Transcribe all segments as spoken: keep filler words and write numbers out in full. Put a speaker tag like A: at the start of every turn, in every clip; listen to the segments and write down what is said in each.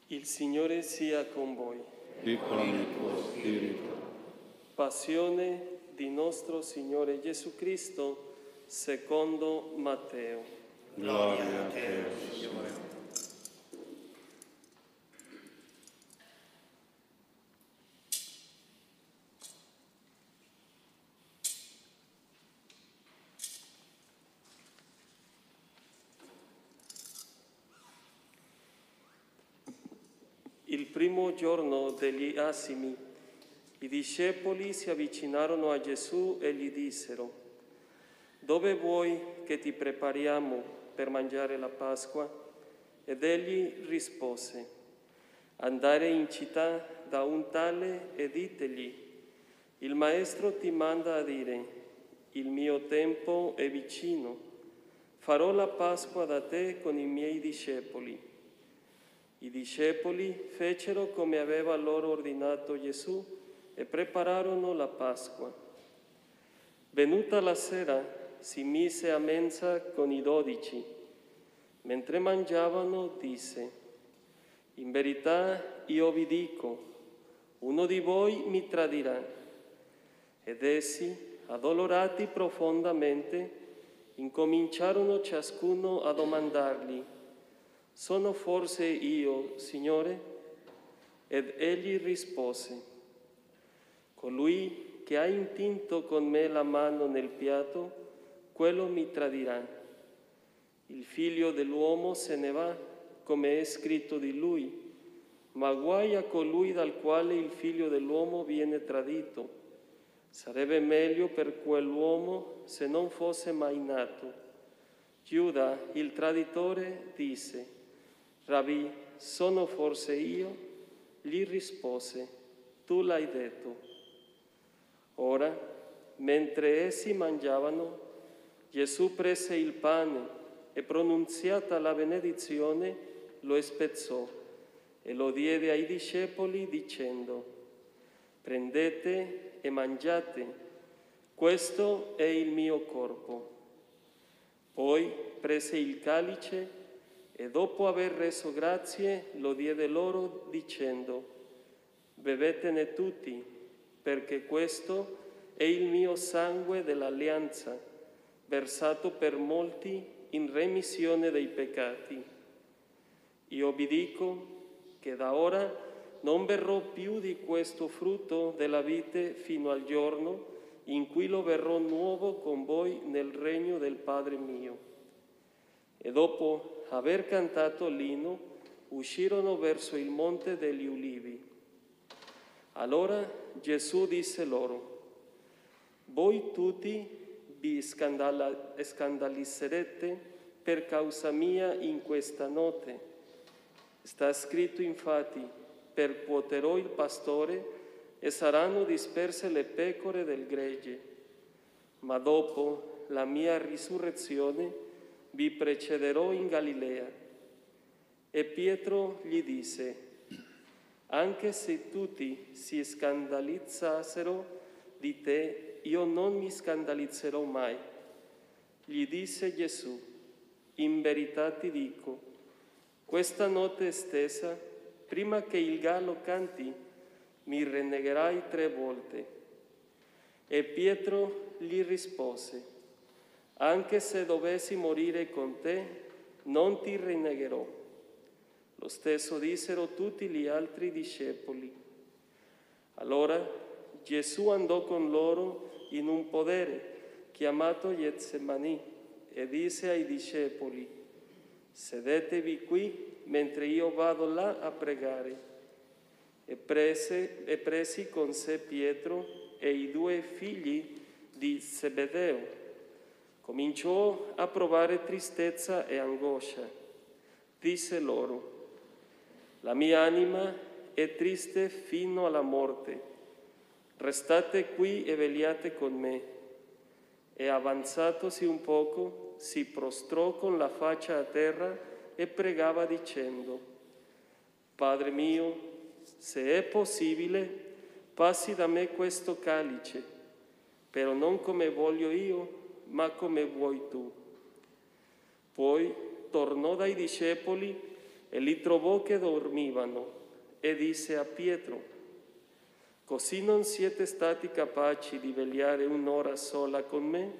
A: Il Signore sia con voi.
B: E con il tuo spirito.
A: Passione di nostro Signore Gesù Cristo secondo Matteo.
B: Gloria a te, Signore.
A: Il primo giorno degli Asimi, i discepoli si avvicinarono a Gesù e gli dissero: «Dove vuoi che ti prepariamo per mangiare la Pasqua?» Ed egli rispose: «Andare in città da un tale e ditegli: il Maestro ti manda a dire: il mio tempo è vicino, farò la Pasqua da te con i miei discepoli». I discepoli fecero come aveva loro ordinato Gesù e prepararono la Pasqua. Venuta la sera, si mise a mensa con i dodici. Mentre mangiavano, disse: «In verità io vi dico, uno di voi mi tradirà». Ed essi, addolorati profondamente, incominciarono ciascuno a domandargli: «Sono forse io, Signore?» Ed egli rispose: «Colui che ha intinto con me la mano nel piatto, quello mi tradirà. Il Figlio dell'uomo se ne va, come è scritto di lui, ma guai a colui dal quale il Figlio dell'uomo viene tradito. Sarebbe meglio per quell'uomo se non fosse mai nato». Giuda, il traditore, disse: «Rabbì, sono forse io?» Gli rispose: «Tu l'hai detto». Ora, mentre essi mangiavano, Gesù prese il pane e, pronunziata la benedizione, lo spezzò e lo diede ai discepoli dicendo: «Prendete e mangiate, questo è il mio corpo». Poi prese il calice e dopo aver reso grazie lo diede loro dicendo: «Bevetene tutti, perché questo è il mio sangue dell'alleanza, versato per molti in remissione dei peccati. Io vi dico che da ora non berrò più di questo frutto della vite fino al giorno in cui lo berrò nuovo con voi nel regno del Padre mio». E dopo aver cantato l'inno, uscirono verso il monte degli Ulivi. Allora Gesù disse loro: «Voi tutti vi scandala- scandalizzerete per causa mia in questa notte. Sta scritto infatti: percuoterò il pastore e saranno disperse le pecore del gregge. Ma dopo la mia risurrezione vi precederò in Galilea». E Pietro gli disse: «Anche se tutti si scandalizzassero di te, io non mi scandalizzerò mai». Gli disse Gesù: «In verità ti dico, questa notte stessa, prima che il gallo canti, mi rinnegherai tre volte». E Pietro gli rispose: «Anche se dovessi morire con te, non ti rinnegherò». Lo stesso dissero tutti gli altri discepoli. Allora Gesù andò con loro in un podere chiamato Getsemani e disse ai discepoli: «Sedetevi qui mentre io vado là a pregare». E, prese, e presi con sé Pietro e i due figli di Zebedeo, cominciò a provare tristezza e angoscia. Disse loro: «La mia anima è triste fino alla morte. Restate qui e vegliate con me». E avanzatosi un poco, si prostrò con la faccia a terra e pregava dicendo: «Padre mio, se è possibile, passi da me questo calice, però non come voglio io, ma come vuoi tu». Poi tornò dai discepoli e li trovò che dormivano e disse a Pietro: «Così non siete stati capaci di vegliare un'ora sola con me?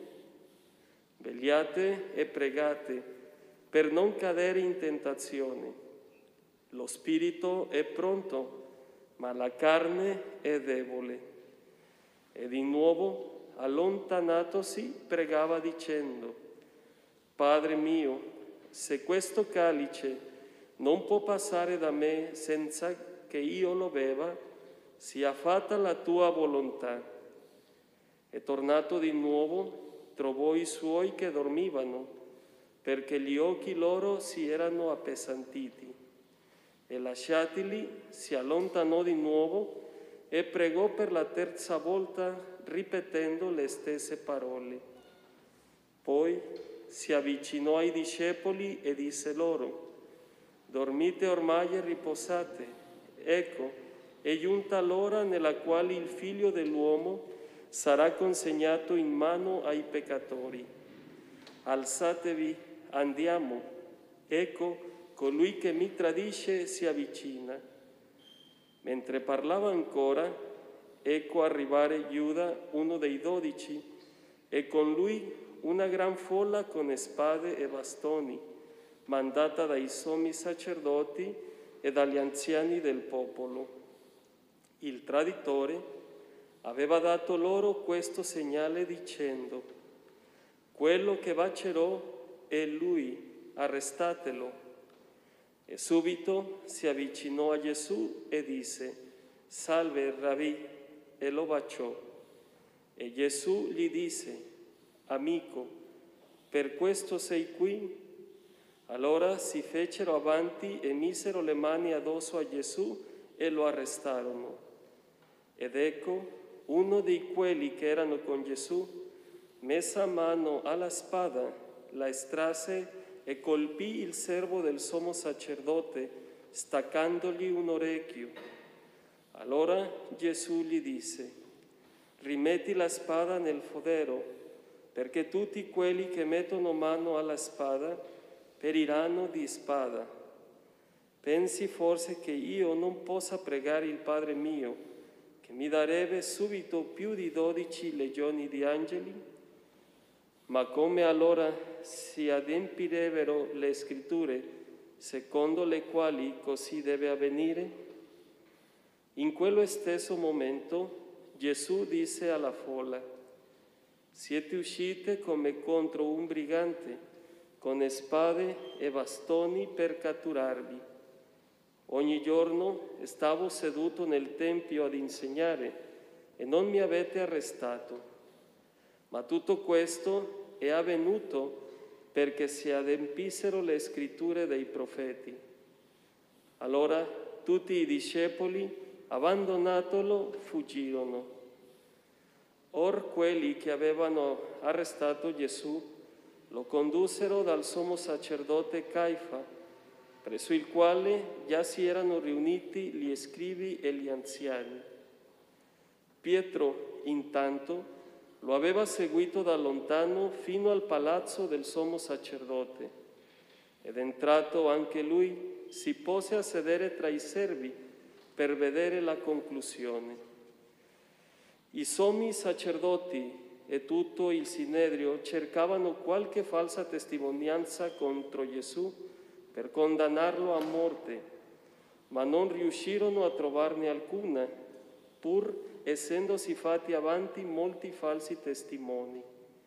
A: Vegliate e pregate per non cadere in tentazione. Lo spirito è pronto, ma la carne è debole». E di nuovo, allontanatosi, pregava dicendo: «Padre mio, se questo calice non può passare da me senza che io lo beva, sia fatta la tua volontà». E tornato di nuovo, trovò i suoi che dormivano, perché gli occhi loro si erano appesantiti. E lasciatili, si allontanò di nuovo e pregò per la terza volta, ripetendo le stesse parole. Poi si avvicinò ai discepoli e disse loro: «Dormite ormai e riposate. Ecco, è giunta l'ora nella quale il Figlio dell'uomo sarà consegnato in mano ai peccatori. Alzatevi, andiamo. Ecco, colui che mi tradisce si avvicina». Mentre parlava ancora, ecco arrivare Giuda, uno dei dodici, e con lui una gran folla con spade e bastoni, mandata dai sommi sacerdoti e dagli anziani del popolo. Il traditore aveva dato loro questo segnale dicendo: «Quello che bacerò è lui, arrestatelo». E subito si avvicinò a Gesù e disse: «Salve, Rabbì», e lo baciò. E Gesù gli disse: «Amico, per questo sei qui?» Allora si fecero avanti e misero le mani addosso a Gesù e lo arrestarono. Ed ecco, uno di quelli che erano con Gesù, messa mano alla spada, la estrasse e colpì il servo del sommo sacerdote, staccandogli un orecchio. Allora Gesù gli disse: «Rimetti la spada nel fodero, perché tutti quelli che mettono mano alla spada periranno di spada. Pensi forse che io non possa pregare il Padre mio, che mi darebbe subito più di dodici legioni di angeli? Ma come allora si adempirebbero le scritture, secondo le quali così deve avvenire?» In quello stesso momento Gesù disse alla folla: «Siete uscite come contro un brigante, con spade e bastoni per catturarvi. Ogni giorno stavo seduto nel Tempio ad insegnare e non mi avete arrestato. Ma tutto questo è avvenuto perché si adempissero le scritture dei profeti». Allora tutti i discepoli, abbandonatolo, fuggirono. Or quelli che avevano arrestato Gesù lo condussero dal sommo sacerdote Caifa, presso il quale già si erano riuniti gli scribi e gli anziani. Pietro, intanto, lo aveva seguito da lontano fino al palazzo del sommo sacerdote, ed entrato anche lui si pose a sedere tra i servi per vedere la conclusione. I sommi sacerdoti e tutto il Sinedrio cercavano qualche falsa testimonianza contro Gesù per condannarlo a morte, ma non riuscirono a trovarne alcuna, pur essendosi fatti avanti molti falsi testimoni.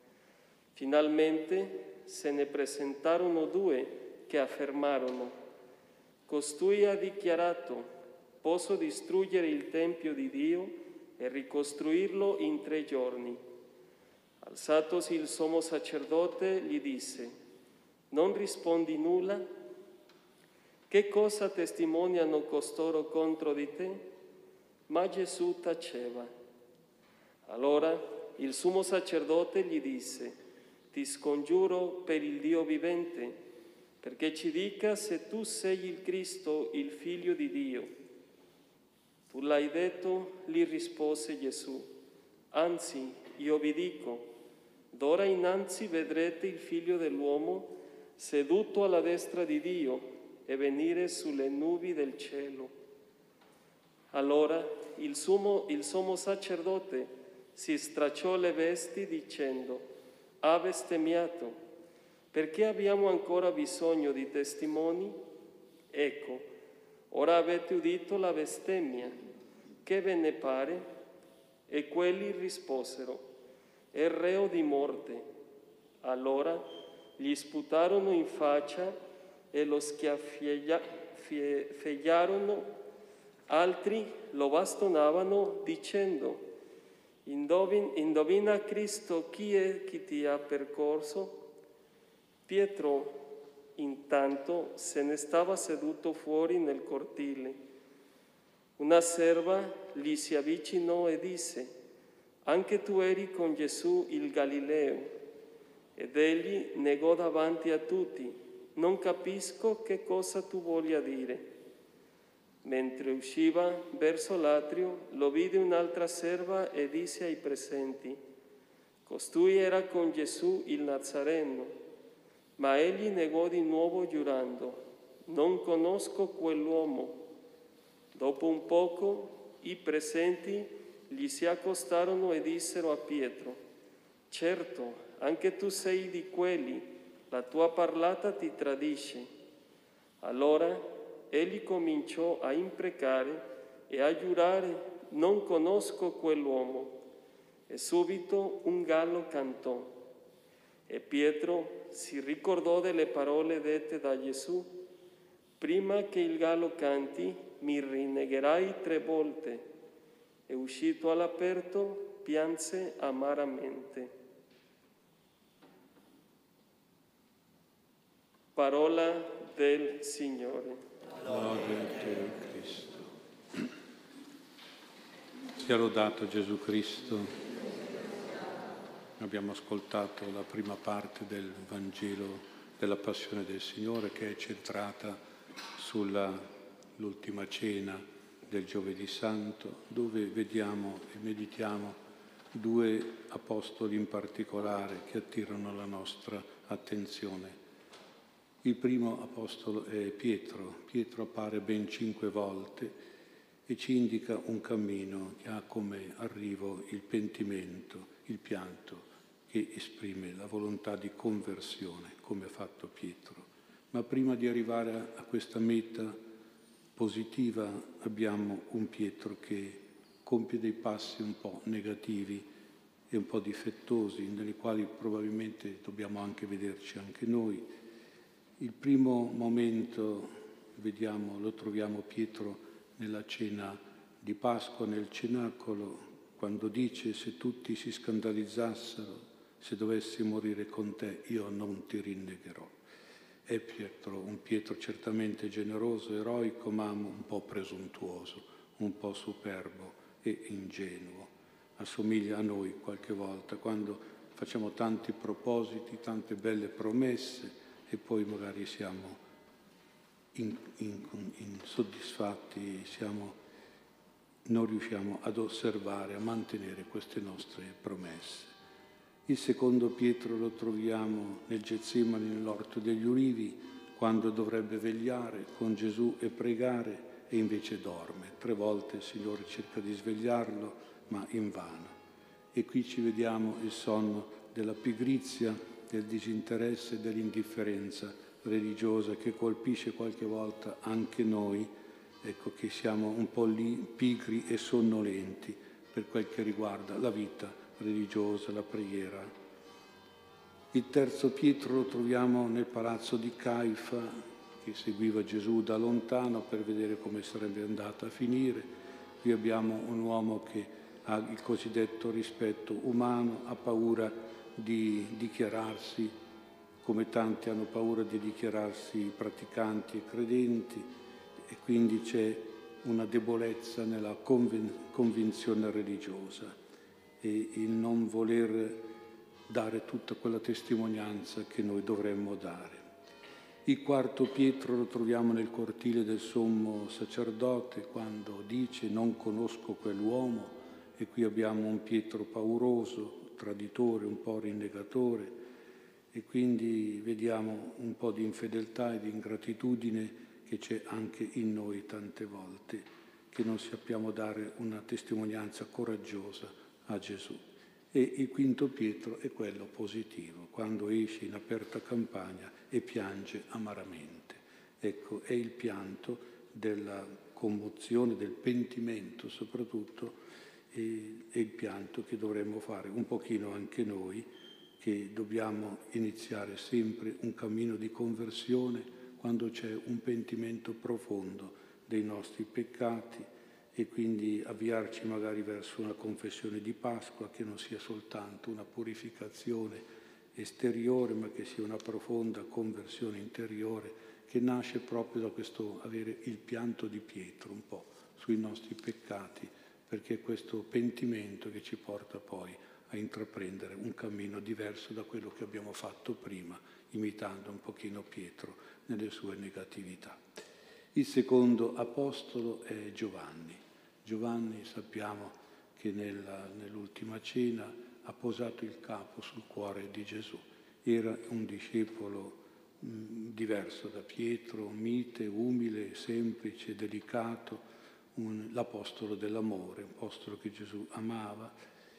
A: Finalmente se ne presentarono due che affermarono: «Costui ha dichiarato: posso distruggere il Tempio di Dio e ricostruirlo in tre giorni». Alzatosi il sommo sacerdote gli disse: «Non rispondi nulla? Che cosa testimoniano costoro contro di te?» Ma Gesù taceva. Allora il sommo sacerdote gli disse: «Ti scongiuro per il Dio vivente, perché ci dica se tu sei il Cristo, il Figlio di Dio». «Tu l'hai detto», gli rispose Gesù. «Anzi, io vi dico, d'ora innanzi vedrete il Figlio dell'uomo seduto alla destra di Dio e venire sulle nubi del cielo. Allora il sommo, il sommo sacerdote si stracciò le vesti dicendo: ha bestemmiato, perché abbiamo ancora bisogno di testimoni? Ecco, ora avete udito la bestemmia, che ve ne pare? E quelli risposero: è reo di morte. Allora gli sputarono in faccia e lo schiaffeggiarono, altri lo bastonavano dicendo: Indovin, indovina Cristo chi è che ti ha percorso? Pietro intanto se ne stava seduto fuori nel cortile. Una serva gli si avvicinò e disse: anche tu eri con Gesù il Galileo. Ed egli negò davanti a tutti: non capisco che cosa tu voglia dire. Mentre usciva verso l'atrio, lo vide un'altra serva e disse ai presenti: costui era con Gesù il Nazareno. Ma egli negò di nuovo giurando: non conosco quell'uomo. Dopo un poco i presenti gli si accostarono e dissero a Pietro: certo, anche tu sei di quelli, la tua parlata ti tradisce. Allora egli cominciò a imprecare e a giurare: non conosco quell'uomo. E subito un gallo cantò. E Pietro si ricordò delle parole dette da Gesù: prima che il gallo canti, mi rinnegherai tre volte. E uscito all'aperto, pianse amaramente. Parola del Signore.
B: Lode a te, Cristo. Sia lodato Gesù Cristo. Abbiamo ascoltato la prima parte del Vangelo della Passione del Signore, che è centrata sull'ultima cena del Giovedì Santo, dove vediamo e meditiamo due apostoli in particolare che attirano la nostra attenzione. Il primo apostolo è Pietro. Pietro appare ben cinque volte e ci indica un cammino che ha come arrivo il pentimento, il pianto, che esprime la volontà di conversione, come ha fatto Pietro. Ma prima di arrivare a questa meta positiva abbiamo un Pietro che compie dei passi un po' negativi e un po' difettosi, nelle quali probabilmente dobbiamo anche vederci anche noi. Il primo momento, vediamo, lo troviamo Pietro nella cena di Pasqua, nel cenacolo, quando dice: se tutti si scandalizzassero, se dovessi morire con te, io non ti rinnegherò. È Pietro, un Pietro certamente generoso, eroico, ma un po' presuntuoso, un po' superbo e ingenuo. Assomiglia a noi qualche volta, quando facciamo tanti propositi, tante belle promesse, e poi magari siamo in, in, insoddisfatti, siamo, non riusciamo ad osservare, a mantenere queste nostre promesse. Il secondo Pietro lo troviamo nel Getsemani, nell'orto degli ulivi, quando dovrebbe vegliare con Gesù e pregare, e invece dorme. Tre volte il Signore cerca di svegliarlo, ma invano. E qui ci vediamo il sonno della pigrizia, del disinteresse e dell'indifferenza religiosa che colpisce qualche volta anche noi, ecco, che siamo un po' lì pigri e sonnolenti per quel che riguarda la vita religiosa, la preghiera. Il terzo Pietro lo troviamo nel palazzo di Caifa, che seguiva Gesù da lontano per vedere come sarebbe andata a finire. Qui abbiamo un uomo che ha il cosiddetto rispetto umano, ha paura di dichiararsi, come tanti hanno paura di dichiararsi praticanti e credenti, e quindi c'è una debolezza nella convin- convinzione religiosa e il non voler dare tutta quella testimonianza che noi dovremmo dare. Il quarto Pietro lo troviamo nel cortile del sommo sacerdote, quando dice: non conosco quell'uomo, e qui abbiamo un Pietro pauroso, traditore, un po' rinnegatore, e quindi vediamo un po' di infedeltà e di ingratitudine che c'è anche in noi tante volte, che non sappiamo dare una testimonianza coraggiosa a Gesù. E il quinto Pietro è quello positivo, quando esce in aperta campagna e piange amaramente. Ecco, è il pianto della commozione, del pentimento soprattutto, e è il pianto che dovremmo fare un pochino anche noi, che dobbiamo iniziare sempre un cammino di conversione quando c'è un pentimento profondo dei nostri peccati, e quindi avviarci magari verso una confessione di Pasqua che non sia soltanto una purificazione esteriore, ma che sia una profonda conversione interiore che nasce proprio da questo avere il pianto di Pietro un po' sui nostri peccati, perché è questo pentimento che ci porta poi a intraprendere un cammino diverso da quello che abbiamo fatto prima, imitando un pochino Pietro nelle sue negatività. Il secondo apostolo è Giovanni. Giovanni sappiamo che nella, nell'ultima cena ha posato il capo sul cuore di Gesù. Era un discepolo mh, diverso da Pietro, mite, umile, semplice, delicato, un, l'apostolo dell'amore, un apostolo che Gesù amava,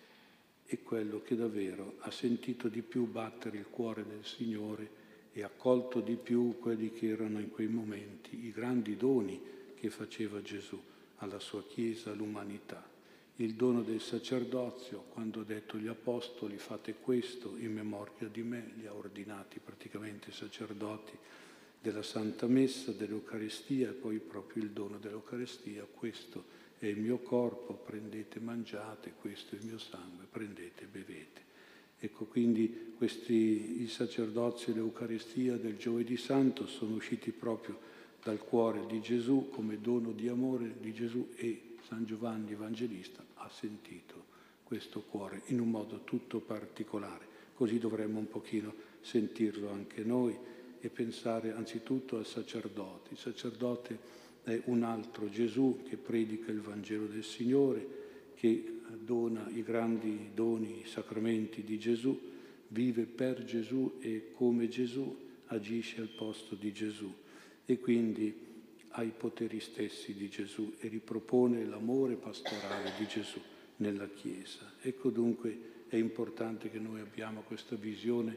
B: e quello che davvero ha sentito di più battere il cuore del Signore e ha colto di più quelli che erano in quei momenti i grandi doni che faceva Gesù alla sua Chiesa, all'umanità. Il dono del sacerdozio, quando ha detto agli apostoli fate questo in memoria di me, li ha ordinati praticamente sacerdoti della Santa Messa, dell'Eucaristia, e poi proprio il dono dell'Eucaristia: questo è il mio corpo, prendete e mangiate, questo è il mio sangue, prendete e bevete. Ecco, quindi questi, il sacerdozio e l'Eucaristia del Giovedì Santo sono usciti proprio dal cuore di Gesù come dono di amore di Gesù, e San Giovanni Evangelista ha sentito questo cuore in un modo tutto particolare. Così dovremmo un pochino sentirlo anche noi e pensare anzitutto al sacerdote. Il sacerdote è un altro Gesù che predica il Vangelo del Signore, che dona i grandi doni, i sacramenti di Gesù, vive per Gesù e come Gesù, agisce al posto di Gesù, e quindi ha i poteri stessi di Gesù e ripropone l'amore pastorale di Gesù nella Chiesa. Ecco dunque è importante che noi abbiamo questa visione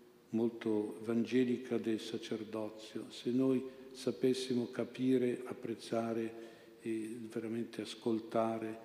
B: molto evangelica del sacerdozio. Se noi sapessimo capire, apprezzare e veramente ascoltare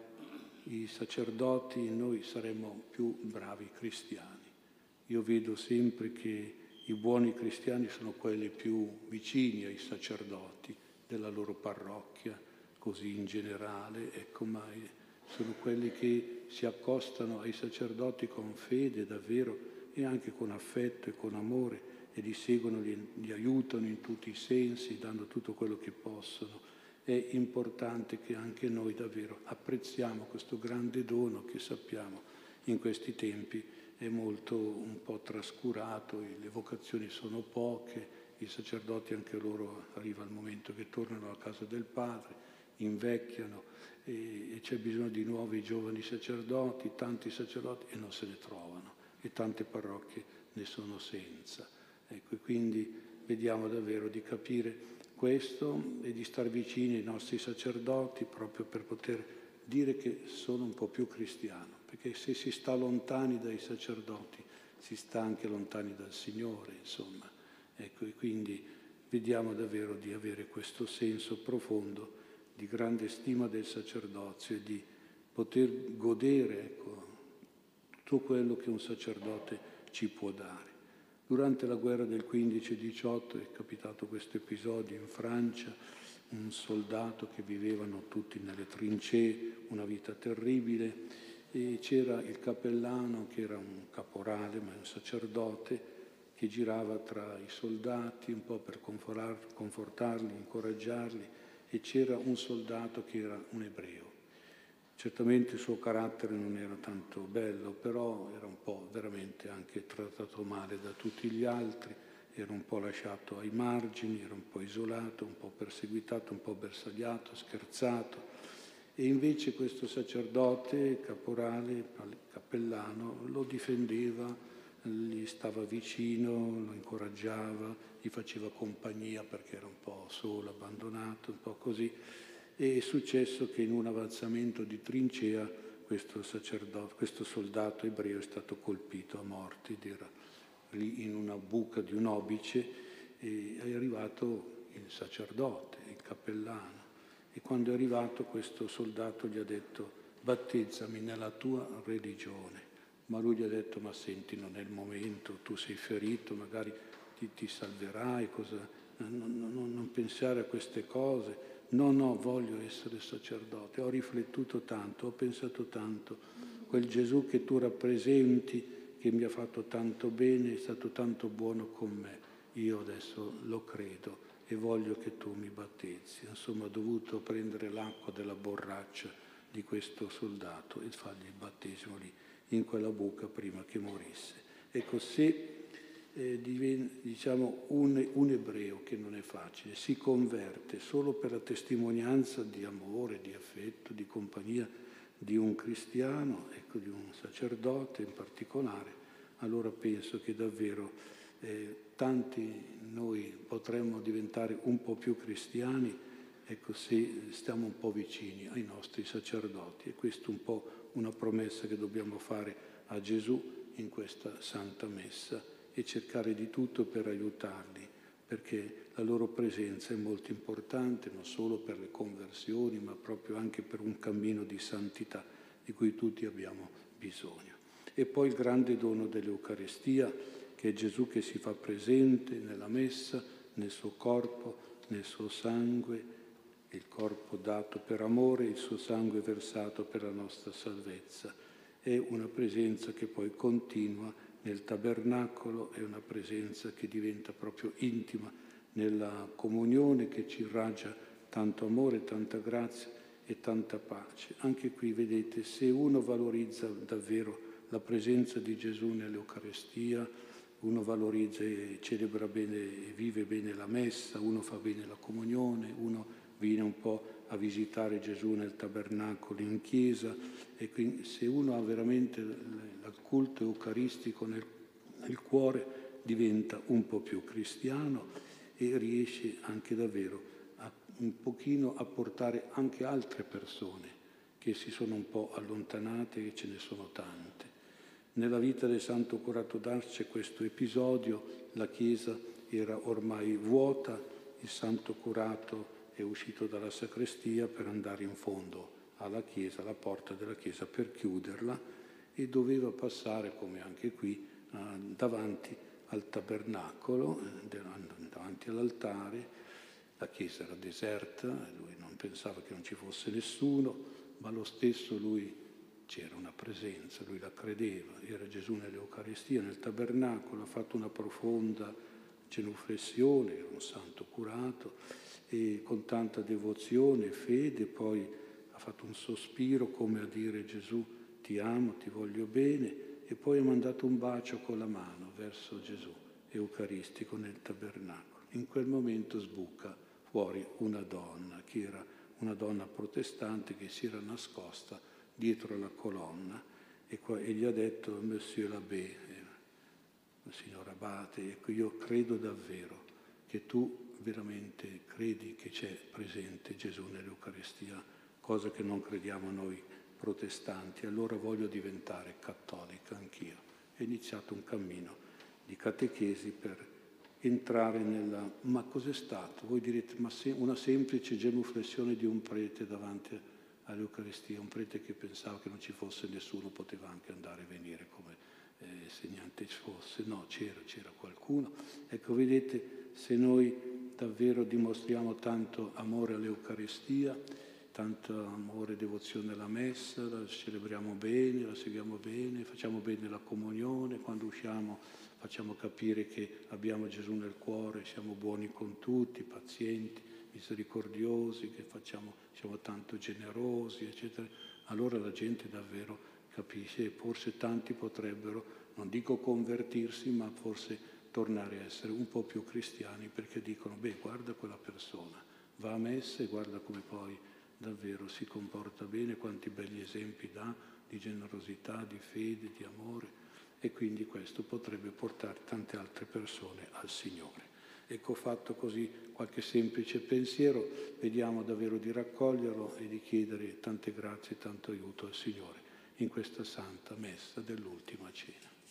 B: i sacerdoti, noi saremmo più bravi cristiani. Io vedo sempre che i buoni cristiani sono quelli più vicini ai sacerdoti della loro parrocchia, così in generale, ecco, ma sono quelli che si accostano ai sacerdoti con fede davvero e anche con affetto e con amore, e li seguono, li, li aiutano in tutti i sensi, dando tutto quello che possono. È importante che anche noi davvero apprezziamo questo grande dono che sappiamo in questi tempi è molto un po' trascurato, le vocazioni sono poche, i sacerdoti anche loro arriva il momento che tornano a casa del Padre, invecchiano e, e c'è bisogno di nuovi giovani sacerdoti, tanti sacerdoti, e non se ne trovano, e tante parrocchie ne sono senza. Ecco, e quindi vediamo davvero di capire questo e di star vicini ai nostri sacerdoti proprio per poter dire che sono un po' più cristiano, perché se si sta lontani dai sacerdoti si sta anche lontani dal Signore, insomma. Ecco, e quindi vediamo davvero di avere questo senso profondo di grande stima del sacerdozio e di poter godere, ecco, tutto quello che un sacerdote ci può dare. Durante la guerra del quindici diciotto è capitato questo episodio in Francia, un soldato che vivevano tutti nelle trincee, una vita terribile, e c'era il cappellano che era un caporale, ma un sacerdote, che girava tra i soldati un po' per confortarli, incoraggiarli, e c'era un soldato che era un ebreo. Certamente il suo carattere non era tanto bello, però era un po' veramente anche trattato male da tutti gli altri, era un po' lasciato ai margini, era un po' isolato, un po' perseguitato, un po' bersagliato, scherzato. E invece questo sacerdote, caporale, cappellano, lo difendeva, gli stava vicino, lo incoraggiava, gli faceva compagnia perché era un po' solo, abbandonato, un po' così. E è successo che in un avanzamento di trincea questo sacerdote, questo soldato ebreo è stato colpito a morte ed era lì in una buca di un obice e è arrivato il sacerdote, il cappellano. E quando è arrivato questo soldato gli ha detto: battezzami nella tua religione. Ma lui gli ha detto: ma senti, non è il momento, tu sei ferito, magari ti, ti salverai, cosa, non, non, non pensare a queste cose. No, no, voglio essere sacerdote. Ho riflettuto tanto, ho pensato tanto. Quel Gesù che tu rappresenti, che mi ha fatto tanto bene, è stato tanto buono con me. Io adesso lo credo e voglio che tu mi battezzi. Insomma, ho dovuto prendere l'acqua della borraccia di questo soldato e fargli il battesimo lì, in quella buca, prima che morisse. Ecco, se eh, diven- diciamo un, un ebreo, che non è facile, si converte solo per la testimonianza di amore, di affetto, di compagnia di un cristiano, ecco, di un sacerdote in particolare, allora penso che davvero eh, tanti noi potremmo diventare un po' più cristiani, ecco, se stiamo un po' vicini ai nostri sacerdoti. E questa è un po' una promessa che dobbiamo fare a Gesù in questa Santa Messa e cercare di tutto per aiutarli, perché la loro presenza è molto importante, non solo per le conversioni, ma proprio anche per un cammino di santità di cui tutti abbiamo bisogno. E poi il grande dono dell'Eucaristia, che è Gesù che si fa presente nella Messa, nel suo corpo, nel suo sangue, il corpo dato per amore, il suo sangue versato per la nostra salvezza. È una presenza che poi continua nel tabernacolo, è una presenza che diventa proprio intima nella comunione, che ci irragia tanto amore, tanta grazia e tanta pace. Anche qui, vedete, se uno valorizza davvero la presenza di Gesù nell'Eucaristia, uno valorizza e celebra bene e vive bene la Messa, uno fa bene la comunione, uno viene un po' a visitare Gesù nel tabernacolo in chiesa, e quindi se uno ha veramente il culto eucaristico nel, nel cuore, diventa un po' più cristiano e riesce anche davvero a, un pochino a portare anche altre persone che si sono un po' allontanate, e ce ne sono tante. Nella vita del Santo Curato d'Ars c'è questo episodio: la chiesa era ormai vuota, il Santo Curato è uscito dalla sacrestia per andare in fondo alla chiesa, alla porta della chiesa, per chiuderla, e doveva passare, come anche qui, eh, davanti al tabernacolo, eh, davanti all'altare. La chiesa era deserta, lui non pensava che non ci fosse nessuno, ma lo stesso lui c'era una presenza, lui la credeva, era Gesù nell'Eucaristia, nel tabernacolo, ha fatto una profonda genuflessione, era un santo curato, e con tanta devozione e fede poi ha fatto un sospiro come a dire: Gesù, ti amo, ti voglio bene, e poi ha mandato un bacio con la mano verso Gesù eucaristico nel tabernacolo. In quel momento sbuca fuori una donna, che era una donna protestante che si era nascosta dietro la colonna, e, qua, e gli ha detto: Monsieur l'abbé, eh, signor Abate, ecco, io credo davvero che tu veramente credi che c'è presente Gesù nell'Eucaristia, cosa che non crediamo noi protestanti, allora voglio diventare cattolica anch'io. È iniziato un cammino di catechesi per entrare nella... Ma cos'è stato? Voi direte: ma se una semplice genuflessione di un prete davanti all'Eucaristia, un prete che pensava che non ci fosse nessuno, poteva anche andare e venire come eh, se niente ci fosse. No, c'era, c'era qualcuno. Ecco, vedete, se noi davvero dimostriamo tanto amore all'Eucaristia, tanto amore e devozione alla Messa, la celebriamo bene, la seguiamo bene, facciamo bene la comunione, quando usciamo facciamo capire che abbiamo Gesù nel cuore, siamo buoni con tutti, pazienti, misericordiosi, che facciamo, siamo tanto generosi, eccetera, allora la gente davvero capisce, e forse tanti potrebbero, non dico convertirsi, ma forse tornare a essere un po' più cristiani, perché dicono: beh, guarda quella persona, va a messa e guarda come poi davvero si comporta bene, quanti belli esempi dà di generosità, di fede, di amore. e quindi questo potrebbe portare tante altre persone al Signore. Ecco, fatto così qualche semplice pensiero, vediamo davvero di raccoglierlo e di chiedere tante grazie e tanto aiuto al Signore in questa santa messa dell'ultima cena.